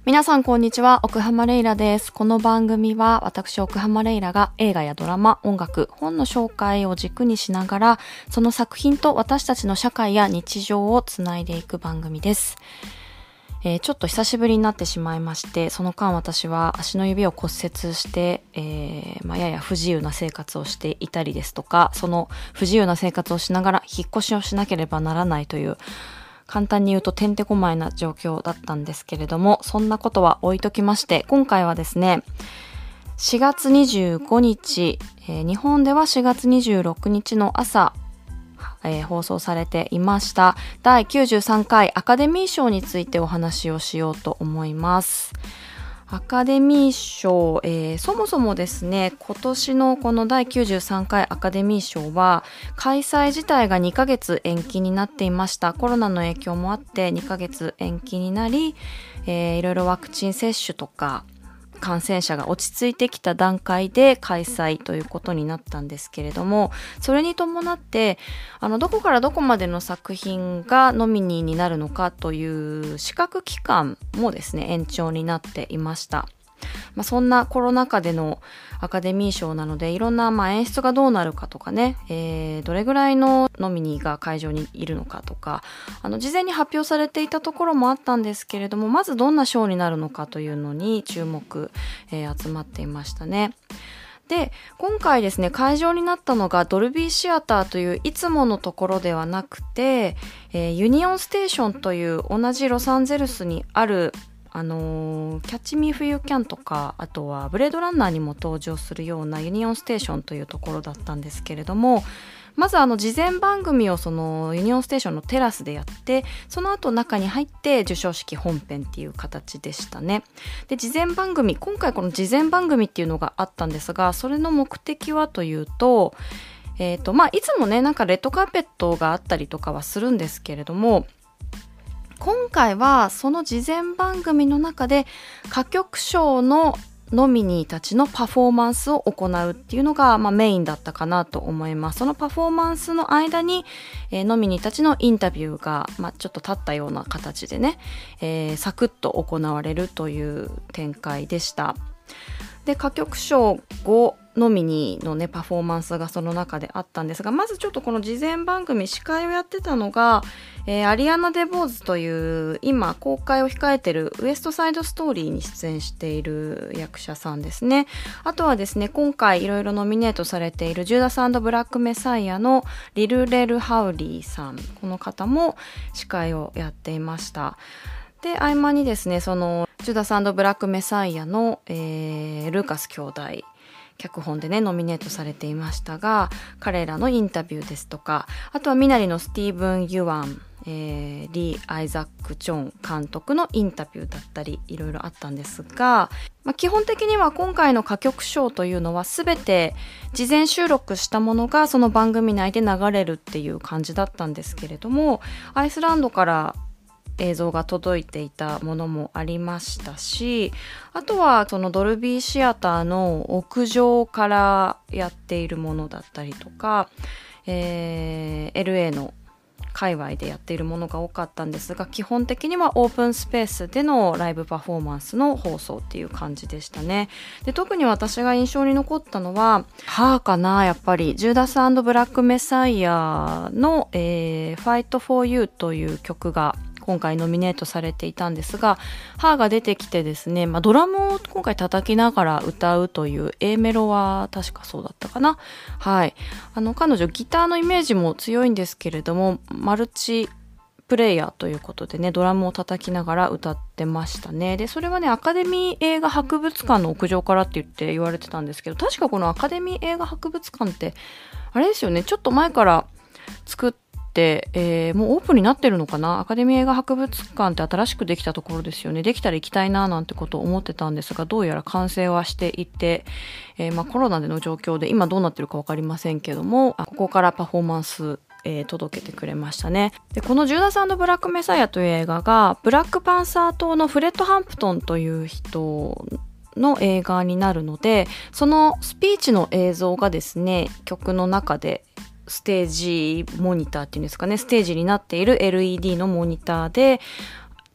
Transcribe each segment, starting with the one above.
皆さんこんにちは、奥浜レイラです。この番組は私奥浜レイラが映画やドラマ、音楽、本の紹介を軸にしながら、その作品と私たちの社会や日常をつないでいく番組です。ちょっと久しぶりになってしまいまして、その間私は足の指を骨折して、やや不自由な生活をしていたりですとか、その不自由な生活をしながら引っ越しをしなければならないという、簡単に言うとてんてこまいな状況だったんですけれども、そんなことは置いときまして、今回はですね、4月25日、日本では4月26日の朝、放送されていました第93回アカデミー賞についてお話をしようと思います。アカデミー賞、そもそもですね、今年のこの第93回アカデミー賞は開催自体が2ヶ月延期になっていました。コロナの影響もあって2ヶ月延期になり、いろいろワクチン接種とか感染者が落ち着いてきた段階で開催ということになったんですけれども、それに伴ってどこからどこまでの作品がノミニーになるのかという資格期間もですね、延長になっていました。そんなコロナ禍でのアカデミー賞なので、いろんな演出がどうなるかとかね、どれぐらいのノミニーが会場にいるのかとか、事前に発表されていたところもあったんですけれども、まずどんな賞になるのかというのに注目、集まっていましたね。で、今回ですね、会場になったのがドルビーシアターといういつものところではなくて、ユニオンステーションという同じロサンゼルスにあるキャッチミーフユーキャンとか、あとはブレードランナーにも登場するようなユニオンステーションというところだったんですけれども、まず事前番組をそのユニオンステーションのテラスでやって、その後中に入って授賞式本編っていう形でしたね。で、事前番組、今回この事前番組っていうのがあったんですが、それの目的はというと、いつもね、なんかレッドカーペットがあったりとかはするんですけれども、今回はその事前番組の中で歌曲賞のノミニーたちのパフォーマンスを行うっていうのが、メインだったかなと思います。そのパフォーマンスの間に、ノミニーたちのインタビューが、ちょっと立ったような形でね、サクッと行われるという展開でした。で、歌曲賞5ノミニーのね、パフォーマンスがその中であったんですが、まずちょっとこの事前番組司会をやってたのが、アリアナ・デボーズという今公開を控えてるウエストサイドストーリーに出演している役者さんですね。あとはですね、今回いろいろノミネートされているジューダス&ブラックメサイアのリル・レル・ハウリーさん、この方も司会をやっていました。で、合間にですね、そのジュダス&ブラックメサイアの、ルーカス兄弟脚本でねノミネートされていましたが、彼らのインタビューですとか、あとはミナリのスティーブン・ユアン、リー・アイザック・チョン監督のインタビューだったりいろいろあったんですが、基本的には今回の歌曲賞というのは全て事前収録したものがその番組内で流れるっていう感じだったんですけれども、アイスランドから映像が届いていたものもありましたし、あとはそのドルビーシアターの屋上からやっているものだったりとか、LA の界隈でやっているものが多かったんですが、基本的にはオープンスペースでのライブパフォーマンスの放送っていう感じでしたね。で、特に私が印象に残ったのはかな、やっぱりジューダス&ブラックメサイアの、Fight for You という曲が今回ノミネートされていたんですが、が出てきてですね、ドラムを今回叩きながら歌うという A メロは確かそうだったかな。はい。彼女ギターのイメージも強いんですけれども、マルチプレイヤーということでね、ドラムを叩きながら歌ってましたね。で、それはね、アカデミー映画博物館の屋上からって言われてたんですけど、確かこのアカデミー映画博物館ってあれですよね、ちょっと前から作ってもうオープンになってるのかな。アカデミー映画博物館って新しくできたところですよね。できたら行きたいななんてことを思ってたんですが、どうやら完成はしていて、コロナでの状況で今どうなってるか分かりませんけども、ここからパフォーマンス届けてくれましたね。で、このジューダス&ブラックメサイアという映画がブラックパンサー党のフレッド・ハンプトンという人の映画になるので、そのスピーチの映像がですね、曲の中でステージモニターっていうんですかね、ステージになっている LED のモニターで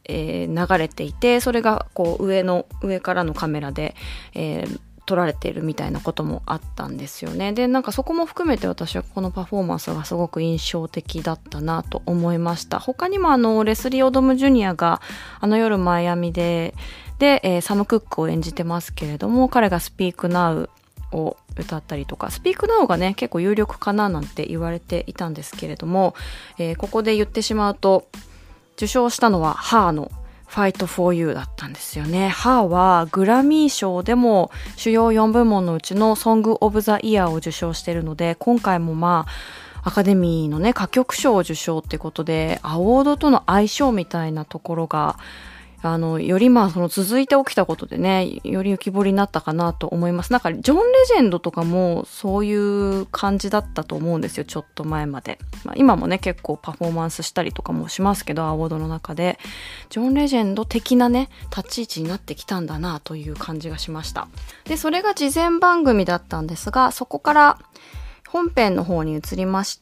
流れていて、それがこう上からのカメラで、撮られているみたいなこともあったんですよね。で、なんかそこも含めて私はこのパフォーマンスがすごく印象的だったなと思いました。他にもレスリー・オドム・ジュニアが夜マイアミで、サム・クックを演じてますけれども、彼がスピークナウを歌ったりとか、スピークナウがね結構有力かななんて言われていたんですけれども、ここで言ってしまうと、受賞したのはハーのFight for You だったんですよね。ハーはグラミー賞でも主要4部門のうちのソングオブザイヤーを受賞しているので、今回もアカデミーのね歌曲賞を受賞ってことで、アワードとの相性みたいなところがよりその続いて起きたことでね、より浮き彫りになったかなと思います。なんかジョン・レジェンドとかもそういう感じだったと思うんですよ、ちょっと前まで。今もね結構パフォーマンスしたりとかもしますけど、アワードの中でジョン・レジェンド的なね立ち位置になってきたんだなという感じがしました。で、それが事前番組だったんですが、そこから本編の方に移りまして、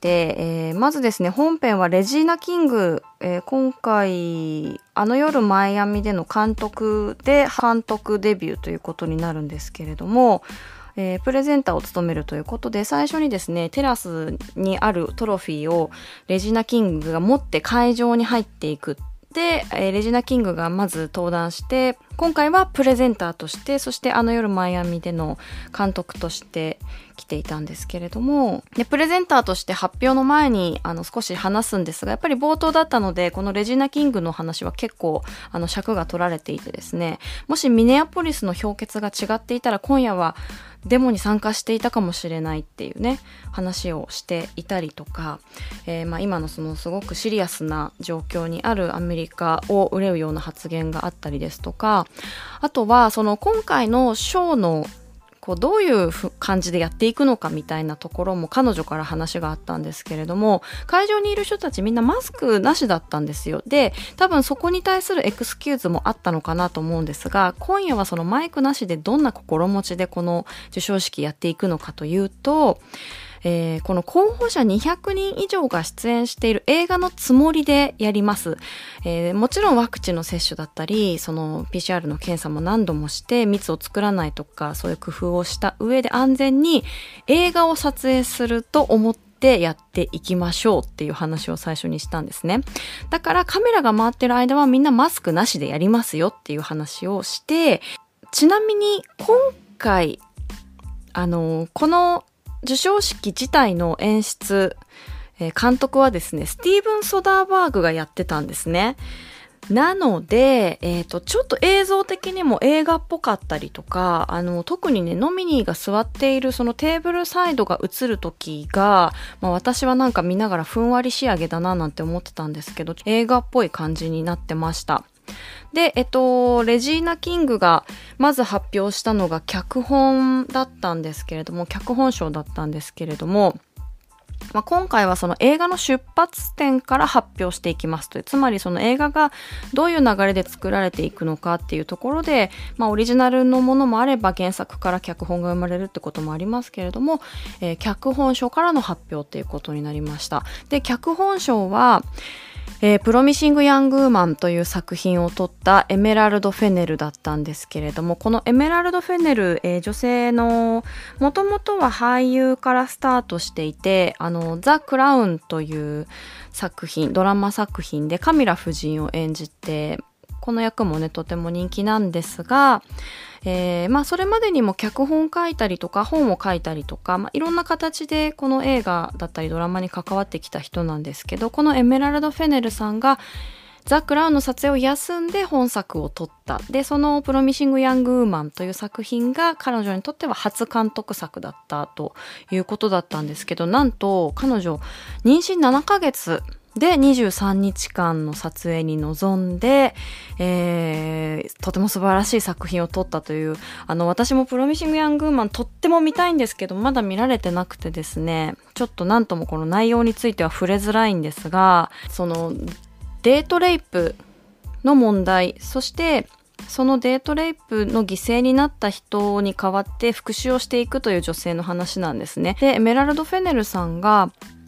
まずですね、本編はレジーナ・キング、今回夜マイアミでの監督デビューということになるんですけれども、プレゼンターを務めるということで、最初にですねテラスにあるトロフィーをレジーナ・キングが持って会場に入っていく。で、レジーナ・キングがまず登壇して、今回はプレゼンターとして、そして夜マイアミでの監督として来ていたんですけれども、でプレゼンターとして発表の前に少し話すんですが、やっぱり冒頭だったのでこのレジーナ・キングの話は結構尺が取られていてですね、もしミネアポリスの評決が違っていたら今夜はデモに参加していたかもしれないっていうね話をしていたりとか、今のそのすごくシリアスな状況にあるアメリカを憂うような発言があったりですとか、あとはその今回のショーのどういう感じでやっていくのかみたいなところも彼女から話があったんですけれども、会場にいる人たちみんなマスクなしだったんですよ。で、多分そこに対するエクスキューズもあったのかなと思うんですが、今夜はそのマイクなしでどんな心持ちでこの授賞式やっていくのかというと、この候補者200人以上が出演している映画のつもりでやります。もちろんワクチンの接種だったり、その PCR の検査も何度もして密を作らないとか、そういう工夫をした上で安全に映画を撮影すると思ってやっていきましょうっていう話を最初にしたんですね。だからカメラが回ってる間はみんなマスクなしでやりますよっていう話をして、ちなみに今回この授賞式自体の演出、監督はですねスティーブン・ソダーバーグがやってたんですね。なので、ちょっと映像的にも映画っぽかったりとか、特にねノミニーが座っているそのテーブルサイドが映る時が、私はなんか見ながらふんわり仕上げだななんて思ってたんですけど、映画っぽい感じになってました。で、レジーナ・キングがまず発表したのが脚本だったんですけれども、脚本賞だったんですけれども、今回はその映画の出発点から発表していきますという、つまりその映画がどういう流れで作られていくのかっていうところで、オリジナルのものもあれば原作から脚本が生まれるってこともありますけれども、脚本賞からの発表っていうことになりました。で、脚本賞はプロミシング・ヤング・ウーマンという作品を撮ったエメラルド・フェネルだったんですけれども、このエメラルド・フェネル、女性のもともとは俳優からスタートしていて、ザ・クラウンという作品、ドラマ作品でカミラ夫人を演じて、この役もねとても人気なんですが、それまでにも脚本書いたりとか本を書いたりとか、いろんな形でこの映画だったりドラマに関わってきた人なんですけど、このエメラルド・フェネルさんがザ・クラウンの撮影を休んで本作を撮った。で、そのプロミシング・ヤング・ウーマンという作品が彼女にとっては初監督作だったということだったんですけど、なんと彼女妊娠7ヶ月で23日間の撮影に臨んで、とても素晴らしい作品を撮ったという、私もプロミシング・ヤング・ウーマンとっても見たいんですけど、まだ見られてなくてですね、ちょっとなんともこの内容については触れづらいんですが、そのデートレイプの問題、そしてそのデートレイプの犠牲になった人に代わって復讐をしていくという女性の話なんですね。で、エメラルド・フェネルさんが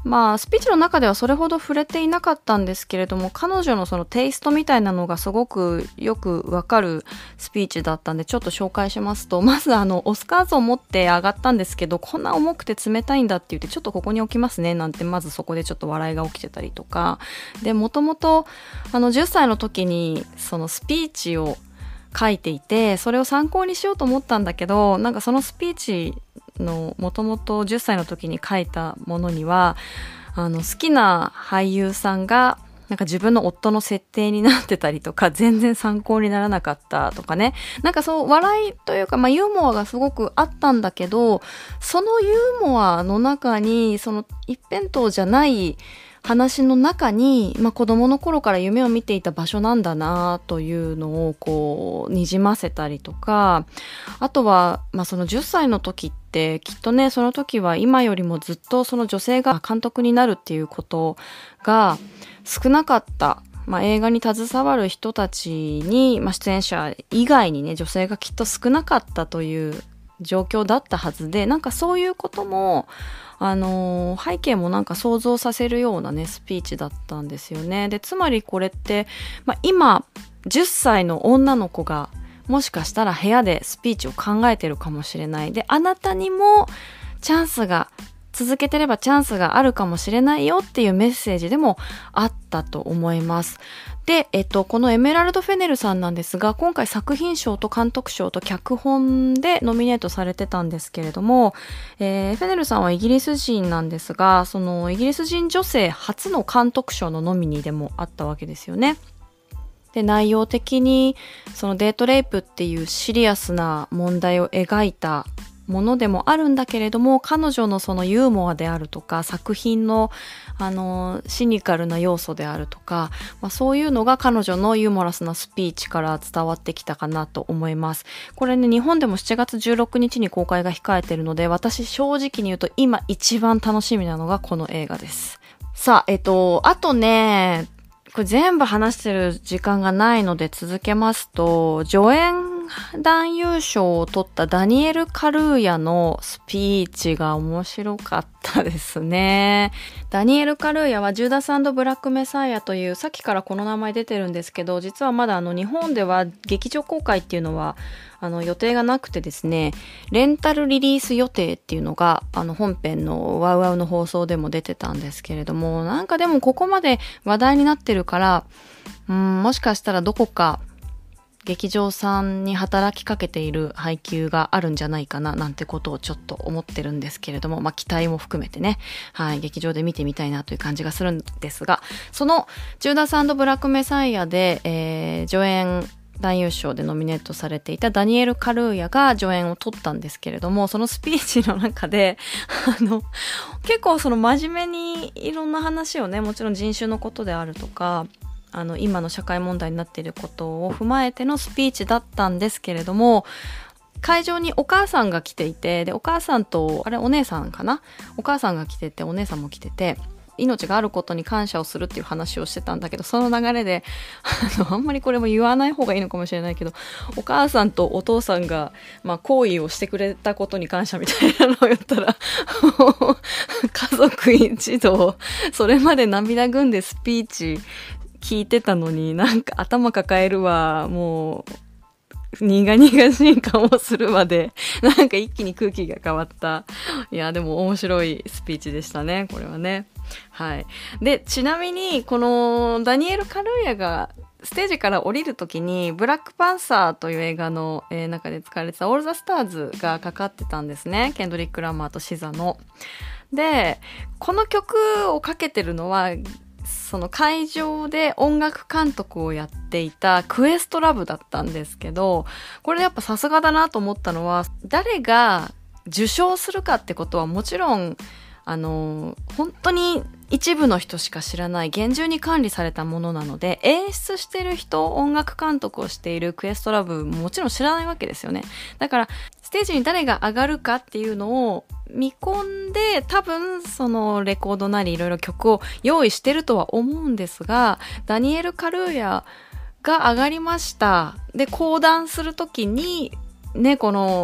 まあスピーチの中ではそれほど触れていなかったんですけれども、彼女のそのテイストみたいなのがすごくよくわかるスピーチだったんで、ちょっと紹介しますと、まずオスカー像を持って上がったんですけど、こんな重くて冷たいんだって言って、ちょっとここに置きますねなんて、まずそこでちょっと笑いが起きてたりとかで、もともと10歳の時にそのスピーチを書いていて、それを参考にしようと思ったんだけど、なんかそのスピーチのもともと10歳の時に書いたものには、好きな俳優さんがなんか自分の夫の設定になってたりとか、全然参考にならなかったとかね、なんかそう笑いというか、まあユーモアがすごくあったんだけど、そのユーモアの中にその一辺倒じゃない話の中に、まあ、子供の頃から夢を見ていた場所なんだなというのをこうにじませたりとか、あとは、まあ、その10歳の時ってきっとね、その時は今よりもずっとその女性が監督になるっていうことが少なかった、まあ、映画に携わる人たちに、まあ、出演者以外にね、女性がきっと少なかったという状況だったはずで、なんかそういうことも背景もなんか想像させるようなねスピーチだったんですよね。でつまりこれって、まあ、今10歳の女の子がもしかしたら部屋でスピーチを考えてるかもしれない。であなたにもチャンスが、続けてればチャンスがあるかもしれないよっていうメッセージでもあったと思います。で、このエメラルド・フェネルさんなんですが、今回作品賞と監督賞と脚本でノミネートされてたんですけれども、フェネルさんはイギリス人なんですが、そのイギリス人女性初の監督賞のノミニーでもあったわけですよね。で、内容的にそのデートレイプっていうシリアスな問題を描いたものでもあるんだけれども、彼女のそのユーモアであるとか、作品のシニカルな要素であるとか、まあ、そういうのが彼女のユーモラスなスピーチから伝わってきたかなと思います。これね、日本でも7月16日に公開が控えているので、私正直に言うと今一番楽しみなのがこの映画です。さあ、あとね、これ全部話してる時間がないので続けますと、助演男優賞を取ったダニエル・カルーヤのスピーチが面白かったですね。ダニエル・カルーヤはジューダス&ブラック・メサイアという、さっきからこの名前出てるんですけど、実はまだ日本では劇場公開っていうのは予定がなくてですね、レンタルリリース予定っていうのが本編のワウワウの放送でも出てたんですけれども、なんかでもここまで話題になってるから、もしかしたらどこか劇場さんに働きかけている配給があるんじゃないかななんてことをちょっと思ってるんですけれども、まあ期待も含めてね、はい、劇場で見てみたいなという感じがするんですが、そのジューダス&ブラックメサイアで、助演男優賞でノミネートされていたダニエル・カルーヤが助演を取ったんですけれども、そのスピーチの中で結構その真面目にいろんな話をね、もちろん人種のことであるとか今の社会問題になっていることを踏まえてのスピーチだったんですけれども、会場にお母さんが来ていて、でお母さんとお姉さんかな、お母さんが来ててお姉さんも来てて、命があることに感謝をするっていう話をしてたんだけど、その流れであんまりこれも言わない方がいいのかもしれないけど、お母さんとお父さんが、まあ、行為をしてくれたことに感謝みたいなのを言ったら家族一同それまで涙ぐんでスピーチ聞いてたのに、なんか頭抱えるわ、もう苦々しい顔をするまで、なんか一気に空気が変わった。いや、でも面白いスピーチでしたね、これはね。はい。で、ちなみに、このダニエル・カルーヤがステージから降りるときに、ブラックパンサーという映画の、中で使われてたオール・ザ・スターズがかかってたんですね。ケンドリック・ラマーとシザの。で、この曲をかけてるのは、その会場で音楽監督をやっていたクエストラブだったんですけど、これやっぱさすがだなと思ったのは、誰が受賞するかってことはもちろん本当に一部の人しか知らない厳重に管理されたものなので、演出してる人、音楽監督をしているクエストラブもちろん知らないわけですよね。だからステージに誰が上がるかっていうのを見込んで、多分そのレコードなりいろいろ曲を用意してるとは思うんですが、ダニエル・カルーヤが上がりました。で、講談するときにね、この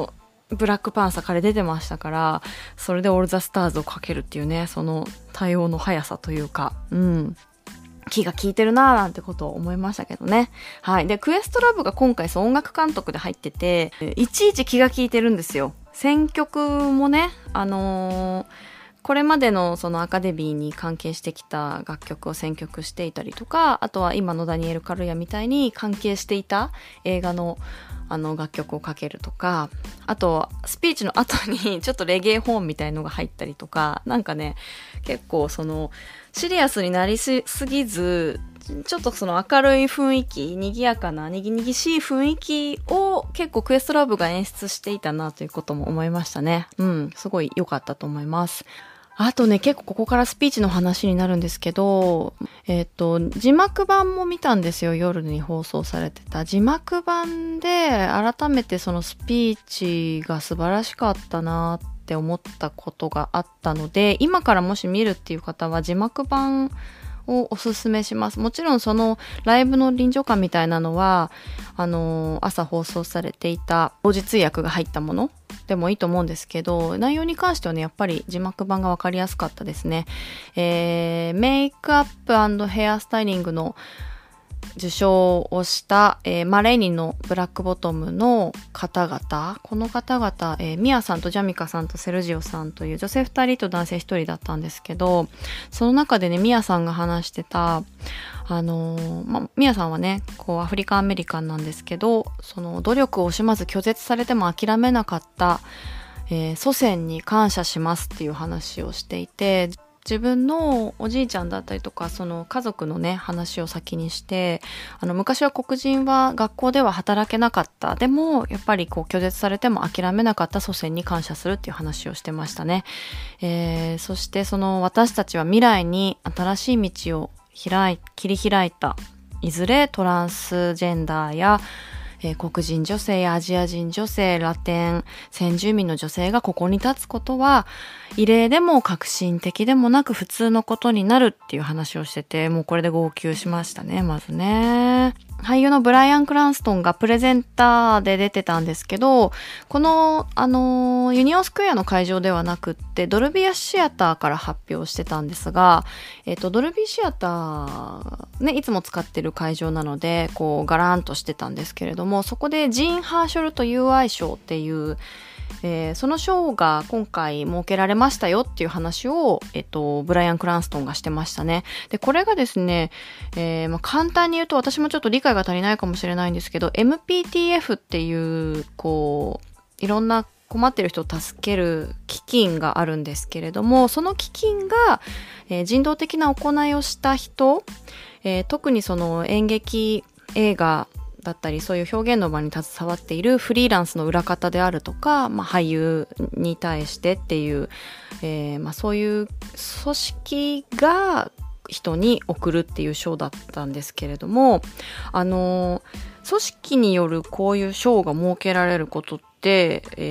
ブラックパンサー彼出てましたから、それでオールザスターズをかけるっていうね、その対応の速さというか、気が利いてるなーなんてことを思いましたけどね。はい。で、クエストラブが今回音楽監督で入ってて、いちいち気が利いてるんですよ。選曲もね、これまでのそのアカデミーに関係してきた楽曲を選曲していたりとか、あとは今のダニエル・カルヤみたいに関係していた映画の楽曲をかけるとか、あとスピーチの後にちょっとレゲエホーンみたいのが入ったりとか、なんかね、結構そのシリアスになりすぎず、ちょっとその明るい雰囲気、賑やかな、にぎにぎしい雰囲気を結構クエストラブが演出していたなということも思いましたね。すごい良かったと思います。あとね、結構ここからスピーチの話になるんですけど、字幕版も見たんですよ。夜に放送されてた。字幕版で改めてそのスピーチが素晴らしかったなって思ったことがあったので、今からもし見るっていう方は字幕版をおすすめします。もちろんそのライブの臨場感みたいなのは、朝放送されていた同時通訳が入ったものでもいいと思うんですけど、内容に関してはね、やっぱり字幕版がわかりやすかったですね。メイクアップ&ヘアスタイリングの受賞をした、マレーニのブラックボトムの方々、この方々、ミアさんとジャミカさんとセルジオさんという女性2人と男性1人だったんですけど、その中でね、ミアさんが話してた、ミアさんはね、こうアフリカンアメリカンなんですけど、その努力を惜しまず拒絶されても諦めなかった、祖先に感謝しますっていう話をしていて、自分のおじいちゃんだったりとか、その家族のね、話を先にして、昔は黒人は学校では働けなかった。でも、やっぱりこう拒絶されても諦めなかった祖先に感謝するっていう話をしてましたね。そしてその私たちは未来に新しい道を切り開いた。いずれトランスジェンダーや黒人女性やアジア人女性、ラテン、先住民の女性がここに立つことは、異例でも革新的でもなく普通のことになるっていう話をしてて、もうこれで号泣しましたね、まずね。俳優のブライアン・クランストンがプレゼンターで出てたんですけど、この、ユニオンスクエアの会場ではなくって、ドルビーシアターから発表してたんですが、ドルビーシアター、ね、いつも使ってる会場なので、こう、ガラーンとしてたんですけれども、そこでジーン・ハーショルと友愛賞っていう、その賞が今回設けられましたよっていう話を、ブライアン・クランストンがしてましたね。で、これがですね、簡単に言うと私もちょっと理解が足りないかもしれないんですけど、MPTF っていう、こう、いろんな困ってる人を助ける基金があるんですけれども、その基金が、人道的な行いをした人、特にその演劇、映画、だったりそういう表現の場に携わっているフリーランスの裏方であるとか、俳優に対してっていう、そういう組織が人に送るっていう賞だったんですけれども、組織によるこういう賞が設けられることって、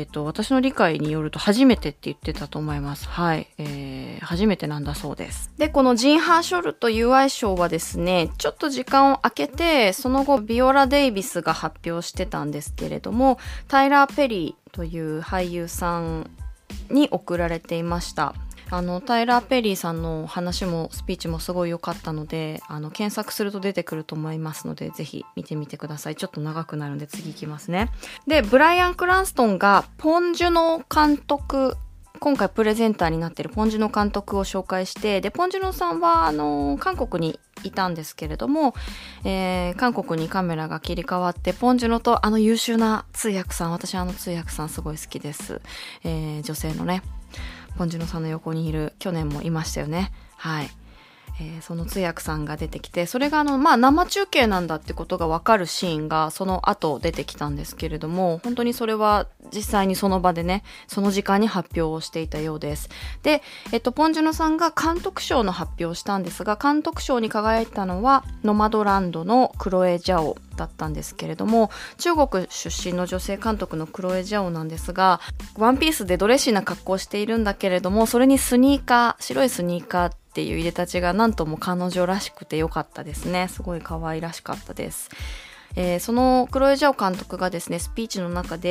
私の理解によると初めてって言ってたと思います。はい。初めてなんだそうです。で、このジン・ハーショルと友愛賞はですね、ちょっと時間を空けて、その後、ビオラ・デイビスが発表してたんですけれども、タイラー・ペリーという俳優さんに贈られていました。タイラー・ペリーさんの話もスピーチもすごい良かったので、検索すると出てくると思いますので、ぜひ見てみてください。ちょっと長くなるんで次行きますね。で、ブライアン・クランストンがポン・ジュノ監督、今回プレゼンターになっているポン・ジュノ監督を紹介して、で、ポン・ジュノさんは、韓国にいたんですけれども、韓国にカメラが切り替わって、ポン・ジュノと優秀な通訳さん、私通訳さんすごい好きです。女性のね、ポンジュノさんの横にいる、去年もいましたよね。はい。その通訳さんが出てきて、それが生中継なんだってことがわかるシーンがその後出てきたんですけれども、本当にそれは実際にその場でね、その時間に発表をしていたようです。で、ポンジュノさんが監督賞の発表をしたんですが、監督賞に輝いたのはノマドランドのクロエ・ジャオだったんですけれども、中国出身の女性監督のクロエ・ジャオなんですが、ワンピースでドレッシーな格好をしているんだけれども、それにスニーカー、白いスニーカーっていう入れたちがなんとも彼女らしくて良かったですね。すごい可愛らしかったです。そのクロエ・ジャオ監督がですね、スピーチの中で、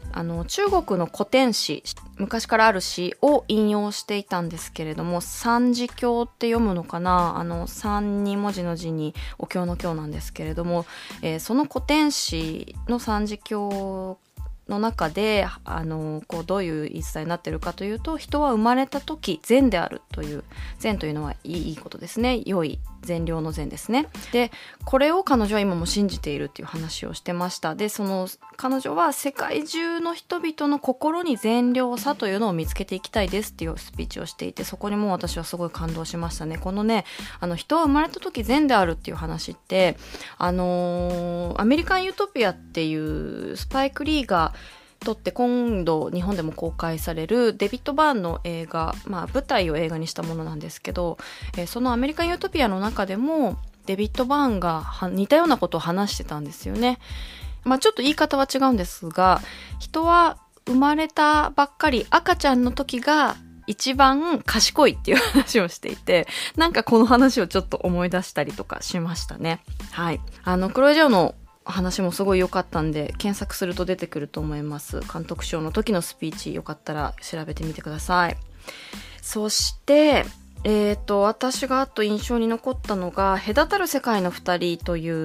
中国の古典詩、昔からある詩を引用していたんですけれども、三字経って読むのかな、三に文字の字にお経の経なんですけれども、その古典詩の三字経の中でどういう言い伝えになっているかというと、人は生まれた時善であるという、善というのはいいことですね、良い善良の善ですね。でこれを彼女は今も信じているっていう話をしてました。でその彼女は世界中の人々の心に善良さというのを見つけていきたいですっていうスピーチをしていて、そこにも私はすごい感動しましたね。このね、人は生まれた時善であるっていう話って、アメリカン・ユートピアっていうスパイク・リーが撮って今度日本でも公開されるデビッド・バーンの映画、舞台を映画にしたものなんですけど、そのアメリカン・ユートピアの中でもデビッド・バーンが似たようなことを話してたんですよね。ちょっと言い方は違うんですが、人は生まれたばっかり赤ちゃんの時が一番賢いっていう話をしていて、なんかこの話をちょっと思い出したりとかしましたね。はい。クロエ・ジャオの話もすごい良かったんで、検索すると出てくると思います。監督賞の時のスピーチ、よかったら調べてみてください。そして私があと印象に残ったのが、隔たる世界の二人という、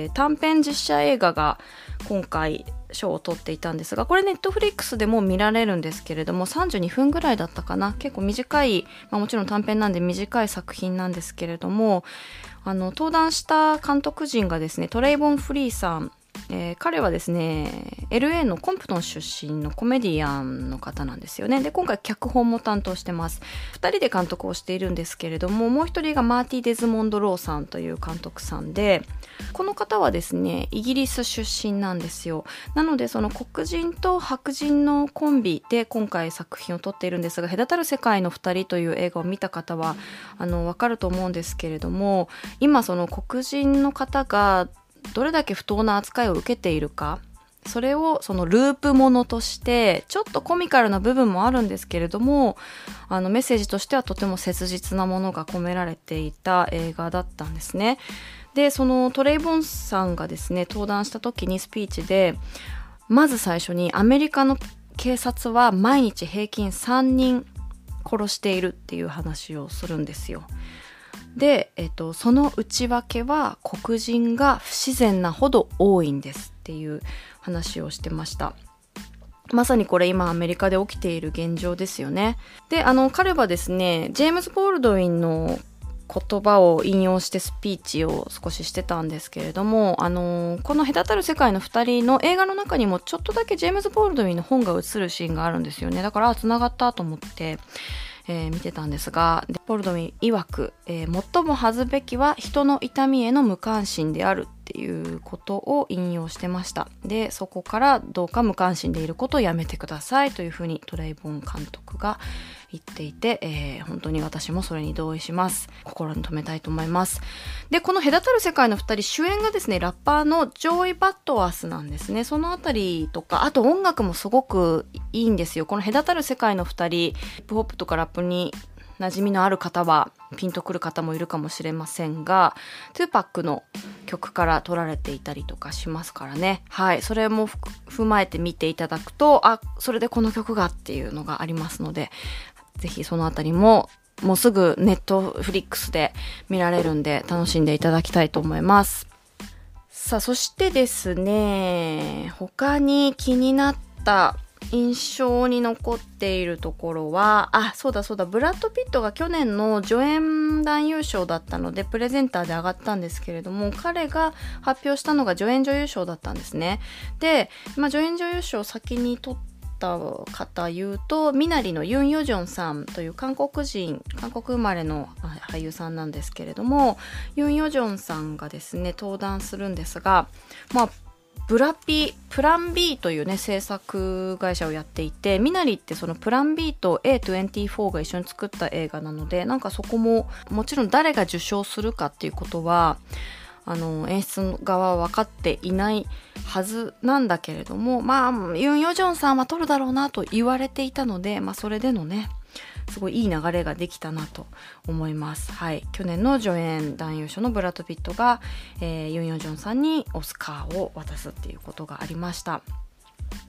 短編実写映画が今回賞を取っていたんですが、これネットフリックスでも見られるんですけれども、32分ぐらいだったかな。結構短い、もちろん短編なんで短い作品なんですけれども、登壇した監督陣がですね、トレイボン・フリーさん、彼はですね LA のコンプトン出身のコメディアンの方なんですよね。で今回脚本も担当してます。2人で監督をしているんですけれども、もう一人がマーティ・デズモンド・ローさんという監督さんで、この方はですねイギリス出身なんですよ。なのでその黒人と白人のコンビで今回作品を撮っているんですが、隔たる世界の2人という映画を見た方はわかると思うんですけれども、今その黒人の方がどれだけ不当な扱いを受けているか、それをそのループものとしてちょっとコミカルな部分もあるんですけれども、メッセージとしてはとても切実なものが込められていた映画だったんですね。でそのトレイボンさんがですね登壇した時にスピーチで、まず最初にアメリカの警察は毎日平均3人殺しているっていう話をするんですよ。で、その内訳は黒人が不自然なほど多いんですっていう話をしてました。まさにこれ今アメリカで起きている現状ですよね。で、彼はですね、ジェームズ・ボールドウィンの言葉を引用してスピーチを少ししてたんですけれども、この隔たる世界の2人の映画の中にもちょっとだけジェームズ・ボールドウィンの本が映るシーンがあるんですよね。だから繋がったと思って見てたんですが、ボルドウィン曰く、最も恥ずべきは人の痛みへの無関心であるっていうことを引用してました。でそこからどうか無関心でいることをやめてくださいというふうにトレイボン監督が言っていて、本当に私もそれに同意します。心に留めたいと思います。でこの隔たる世界の2人、主演がですねラッパーのジョイ・バットワースなんですね。そのあたりとか、あと音楽もすごくいいんですよ。この隔たる世界の2人、ヒップホップとかラップに馴染みのある方はピンとくる方もいるかもしれませんが、トゥーパックの曲から取られていたりとかしますからね。はい、それも踏まえて見ていただくと、それでこの曲がっていうのがありますので、ぜひそのあたりももうすぐネットフリックスで見られるんで楽しんでいただきたいと思います。さあそしてですね、他に気になった印象に残っているところは、そうだブラッド・ピットが去年の助演男優賞だったのでプレゼンターで上がったんですけれども、彼が発表したのが助演女優賞だったんですね。で、助演女優賞を先に取った方言うと、ミナリのユン・ヨジョンさんという韓国生まれの俳優さんなんですけれども、ユン・ヨジョンさんがですね登壇するんですが、プラン B というね制作会社をやっていて、ミナリってそのプラン B と A24 が一緒に作った映画なので、なんかそこももちろん誰が受賞するかっていうことは演出側は分かっていないはずなんだけれども、ユン・ヨジョンさんは撮るだろうなと言われていたので、それでのねすごいいい流れができたなと思います。はい、去年の助演男優賞のブラッド・ピットが、ユン・ヨジョンさんにオスカーを渡すっていうことがありました。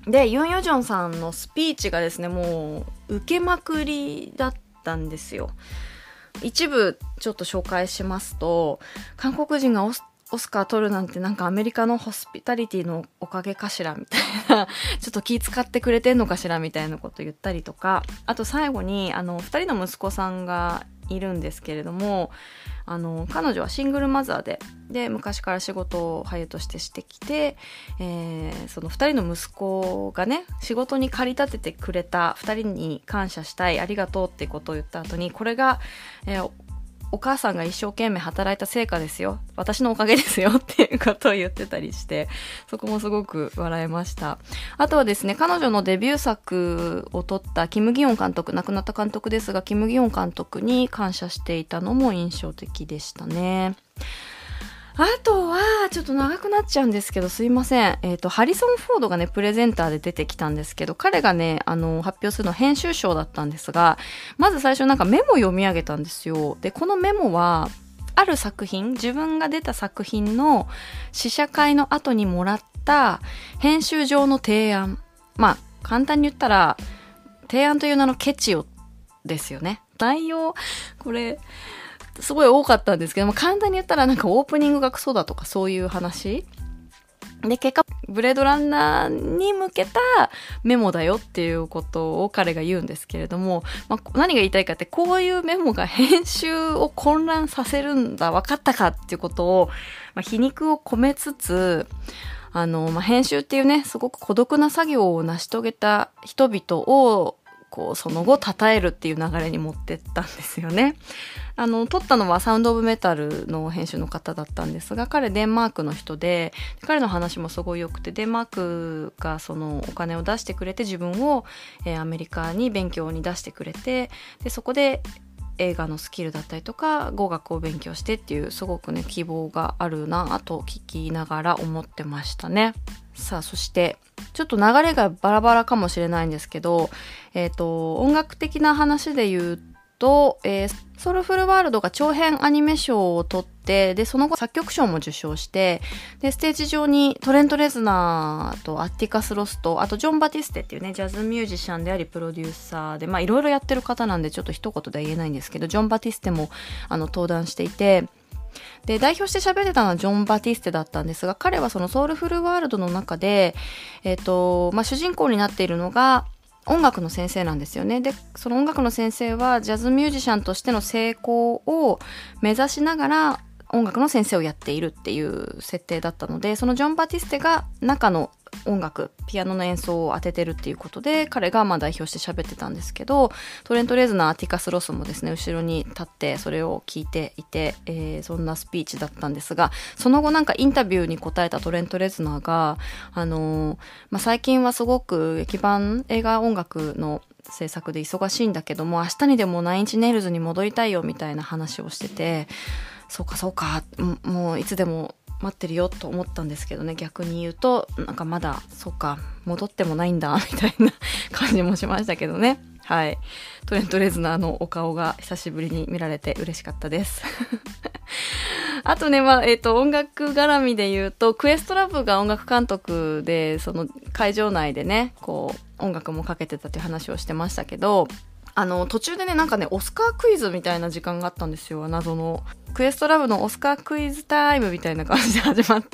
で、ユン・ヨジョンさんのスピーチがですね、もう受けまくりだったんですよ。一部ちょっと紹介しますと、韓国人がオスカー取るなんてなんかアメリカのホスピタリティのおかげかしらみたいなちょっと気遣ってくれてんのかしらみたいなこと言ったりとか、あと最後に2人の息子さんがいるんですけれども、彼女はシングルマザーで昔から仕事を俳優としてきて、その2人の息子がね仕事に駆り立ててくれた2人に感謝したい、ありがとうってことを言った後に、これが、お母さんが一生懸命働いた成果ですよ、私のおかげですよっていうことを言ってたりして、そこもすごく笑えました。あとはですね、彼女のデビュー作を撮ったキム・ギヨン監督、亡くなった監督ですが、キム・ギヨン監督に感謝していたのも印象的でしたね。あとは、ちょっと長くなっちゃうんですけど、すいません。ハリソン・フォードがね、プレゼンターで出てきたんですけど、彼がね、発表するの編集賞だったんですが、まず最初なんかメモ読み上げたんですよ。で、このメモは、ある作品、自分が出た作品の試写会の後にもらった編集上の提案。まあ、簡単に言ったら、提案という名のケチをですよね。内容、これ、すごい多かったんですけども、簡単に言ったらなんかオープニングがクソだとかそういう話で、結果ブレードランナーに向けたメモだよっていうことを彼が言うんですけれども、何が言いたいかって、こういうメモが編集を混乱させるんだ、分かったかっていうことを、皮肉を込めつつ、編集っていうね、すごく孤独な作業を成し遂げた人々をその後称えるっていう流れに持ってったんですよね。撮ったのはサウンドオブメタルの編集の方だったんですが、彼デンマークの人で、彼の話もすごい良くて、デンマークがそのお金を出してくれて、自分を、アメリカに勉強に出してくれて、でそこで映画のスキルだったりとか語学を勉強してっていう、すごくね希望があるなと聞きながら思ってましたね。さあ、そしてちょっと流れがバラバラかもしれないんですけど、音楽的な話で言うと、ソウルフルワールドが長編アニメ賞を取って、でその後作曲賞も受賞して、でステージ上にトレント・レズナーとアッティカス・ロスと、あとジョン・バティステっていうねジャズミュージシャンでありプロデューサーで、いろいろやってる方なんでちょっと一言では言えないんですけど、ジョン・バティステも登壇していて、で代表して喋ってたのはジョン・バティステだったんですが、彼はそのソウルフルワールドの中で、主人公になっているのが音楽の先生なんですよね。でその音楽の先生はジャズミュージシャンとしての成功を目指しながら音楽の先生をやっているっていう設定だったので、そのジョン・バティステが中の音楽、ピアノの演奏を当ててるっていうことで、彼が代表して喋ってたんですけど、トレント・レズナー、アティカス・ロスもですね後ろに立ってそれを聞いていて、そんなスピーチだったんですが、その後なんかインタビューに答えたトレント・レズナーが最近はすごく劇版映画音楽の制作で忙しいんだけども、明日にでもナインチネイルズに戻りたいよみたいな話をしてて、そうかもういつでも待ってるよと思ったんですけどね、逆に言うとなんかまだそうか戻ってもないんだみたいな感じもしましたけどね。はい、トレント・レズナーのお顔が久しぶりに見られて嬉しかったですあとね、音楽絡みで言うと、クエストラブが音楽監督で、その会場内でね音楽もかけてたっていう話をしてましたけど、途中でねなんかねオスカークイズみたいな時間があったんですよ。謎のクエストラブのオスカークイズタイムみたいな感じで始まって、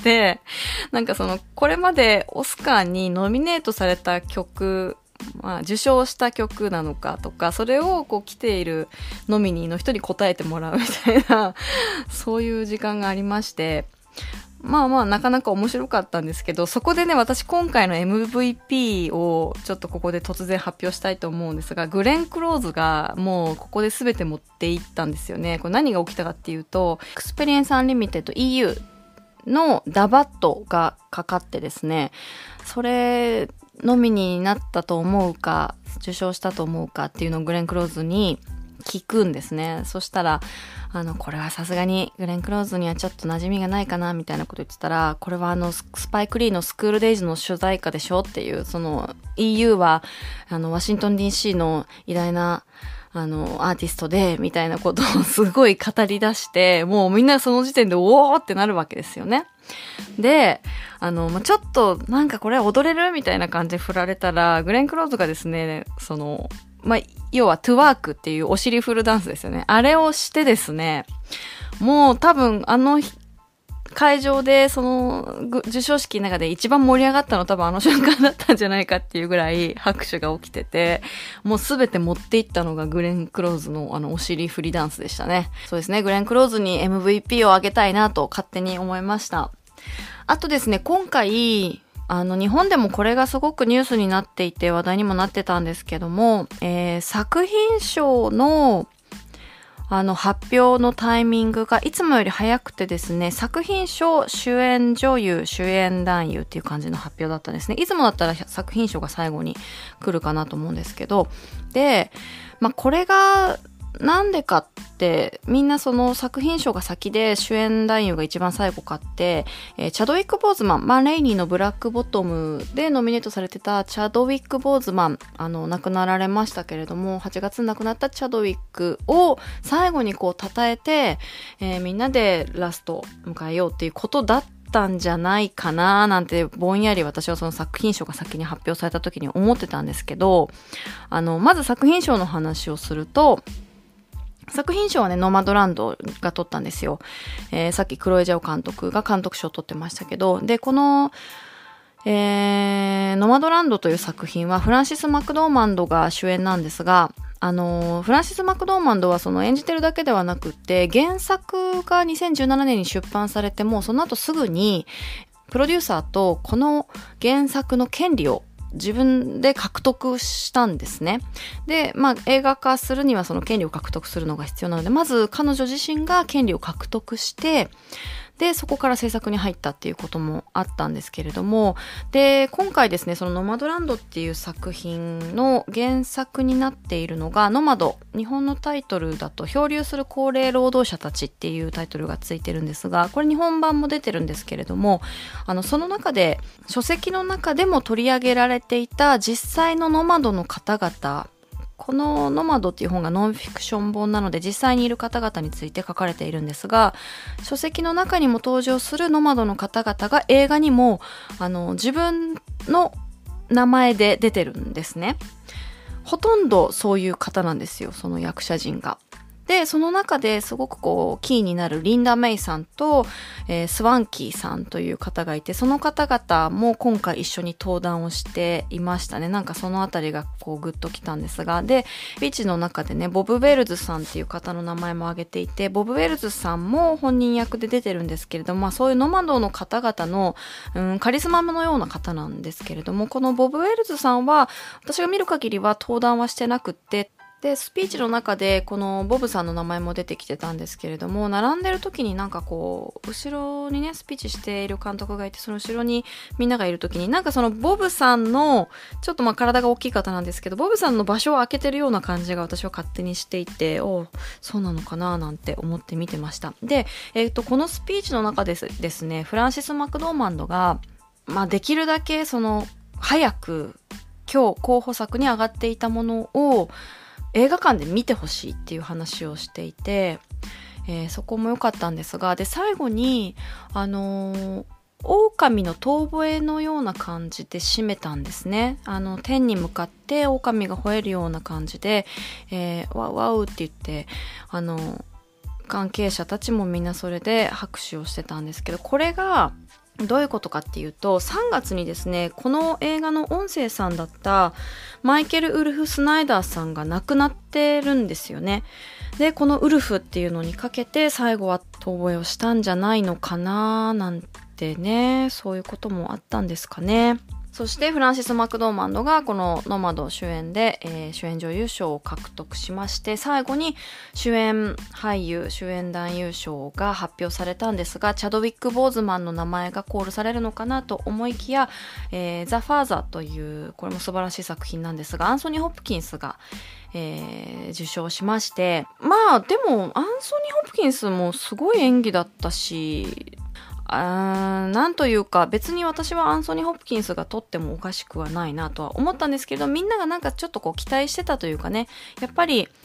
なんかこれまでオスカーにノミネートされた曲、受賞した曲なのかとか、それを来ているノミニーの人に答えてもらうみたいなそういう時間がありまして、なかなか面白かったんですけど、そこでね私今回の MVP をちょっとここで突然発表したいと思うんですが、グレン・クローズがもうここで全て持っていったんですよね。これ何が起きたかっていうと、エクスペリエンスアンリミテッド EU のダバットがかかってですね、それノミニーになったと思うか受賞したと思うかっていうのをグレン・クローズに聞くんですね。そしたらこれはさすがにグレン・クローズにはちょっと馴染みがないかなみたいなこと言ってたら、これはスパイク・リーのスクールデイズの主題歌でしょっていう、その EU はワシントン DC の偉大なアーティストで、みたいなことをすごい語り出して、もうみんなその時点でおーってなるわけですよね。で、ちょっとなんかこれ踊れるみたいな感じで振られたら、グレン・クローズがですね、要はトゥワークっていうお尻振るダンスですよね。あれをしてですね、もう多分会場でその授賞式の中で一番盛り上がったの多分あの瞬間だったんじゃないかっていうぐらい拍手が起きてて、もうすべて持っていったのがグレン・クローズのお尻振りダンスでしたね。そうですね、グレン・クローズに MVP をあげたいなと勝手に思いました。あとですね、今回日本でもこれがすごくニュースになっていて話題にもなってたんですけども、作品賞の発表のタイミングがいつもより早くてですね、作品賞、主演女優、主演男優っていう感じの発表だったんですね。いつもだったら作品賞が最後に来るかなと思うんですけど、で、これがなんでかってみんなその作品賞が先で主演男優が一番最後かって、チャドウィック・ボーズマン、レイニーのブラックボトムでノミネートされてたチャドウィック・ボーズマン、亡くなられましたけれども、8月に亡くなったチャドウィックを最後にこう称えて、みんなでラストを迎えようっていうことだったんじゃないかななんてぼんやり私はその作品賞が先に発表された時に思ってたんですけど、まず作品賞の話をすると、作品賞はね、ノマドランドが取ったんですよ。さっきクロエ・ジャオ監督が監督賞を取ってましたけど、で、この、ノマドランドという作品はフランシス・マクドーマンドが主演なんですが、フランシス・マクドーマンドはその演じてるだけではなくって、原作が2017年に出版されても、その後すぐにプロデューサーとこの原作の権利を自分で獲得したんですね。で、映画化するにはその権利を獲得するのが必要なので、まず彼女自身が権利を獲得して、で、そこから制作に入ったっていうこともあったんですけれども、で、今回ですね、そのノマドランドっていう作品の原作になっているのが、ノマド、日本のタイトルだと漂流する高齢労働者たちっていうタイトルがついてるんですが、これ日本版も出てるんですけれども、その中で、書籍の中でも取り上げられていた実際のノマドの方々、このノマドっていう本がノンフィクション本なので実際にいる方々について書かれているんですが、書籍の中にも登場するノマドの方々が映画にも自分の名前で出てるんですね。ほとんどそういう方なんですよ、その役者陣が。で、その中ですごくこうキーになるリンダ・メイさんと、スワンキーさんという方がいて、その方々も今回一緒に登壇をしていましたね。なんかそのあたりがこうグッときたんですが、で、ビーチの中でね、ボブ・ウェルズさんっていう方の名前も挙げていて、ボブ・ウェルズさんも本人役で出てるんですけれども、そういうノマドの方々の、カリスマのような方なんですけれども、このボブ・ウェルズさんは私が見る限りは登壇はしてなくって、で、スピーチの中でこのボブさんの名前も出てきてたんですけれども、並んでる時になんかこう後ろにねスピーチしている監督がいて、その後ろにみんながいる時になんかそのボブさんのちょっと体が大きい方なんですけど、ボブさんの場所を空けてるような感じが私は勝手にしていて、そうなのかななんて思って見てました。で、このスピーチの中ですね、フランシス・マクドーマンドができるだけその早く今日候補作に上がっていたものを映画館で見てほしいっていう話をしていて、そこも良かったんですが、で最後に狼の遠吠えのような感じで締めたんですね。天に向かって狼が吠えるような感じで、ワウワウって言って関係者たちもみんなそれで拍手をしてたんですけど、これがどういうことかっていうと、3月にですね、この映画の音声さんだったマイケル・ウルフ・スナイダーさんが亡くなってるんですよね。で、このウルフっていうのにかけて最後は遠吠えをしたんじゃないのかななんてね、そういうこともあったんですかね。そしてフランシス・マクドーマンドがこのノマド主演で、主演女優賞を獲得しまして、最後に主演俳優主演男優賞が発表されたんですが、チャドウィック・ボーズマンの名前がコールされるのかなと思いきや、ザ・ファーザーというこれも素晴らしい作品なんですが、アンソニー・ホプキンスが受賞しまして、でもアンソニー・ホプキンスもすごい演技だったし、なんというか別に私はアンソニー・ホプキンスが取ってもおかしくはないなとは思ったんですけど、みんながなんかちょっとこう期待してたというかね、やっぱり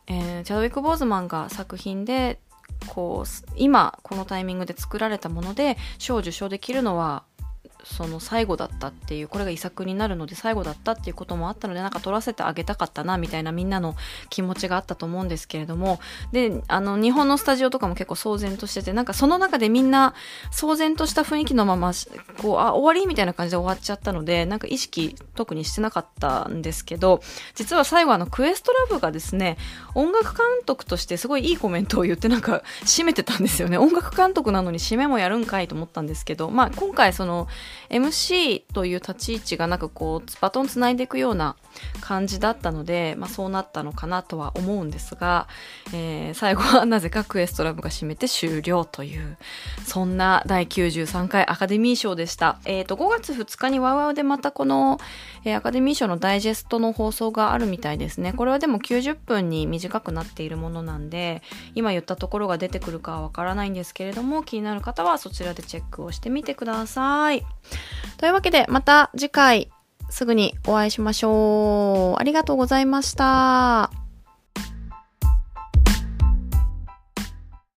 チャドウィック・ボーズマンが作品で今このタイミングで作られたもので賞を受賞できるのはその最後だったっていう、これが遺作になるので最後だったっていうこともあったので、なんか撮らせてあげたかったなみたいなみんなの気持ちがあったと思うんですけれども、で日本のスタジオとかも結構騒然としてて、なんかその中でみんな騒然とした雰囲気のまま終わりみたいな感じで終わっちゃったので、なんか意識特にしてなかったんですけど、実は最後クエストラブがですね、音楽監督としてすごいいいコメントを言ってなんか締めてたんですよね。音楽監督なのに締めもやるんかいと思ったんですけど、今回そのMC という立ち位置がなんかバトンつないでいくような感じだったので、そうなったのかなとは思うんですが、最後はなぜかクエストラブが締めて終了という、そんな第93回アカデミー賞でした。5月2日にワウワウでまたこの、アカデミー賞のダイジェストの放送があるみたいですね。これはでも90分に短くなっているものなんで、今言ったところが出てくるかはわからないんですけれども、気になる方はそちらでチェックをしてみてください。というわけで、また次回すぐにお会いしましょう。ありがとうございました。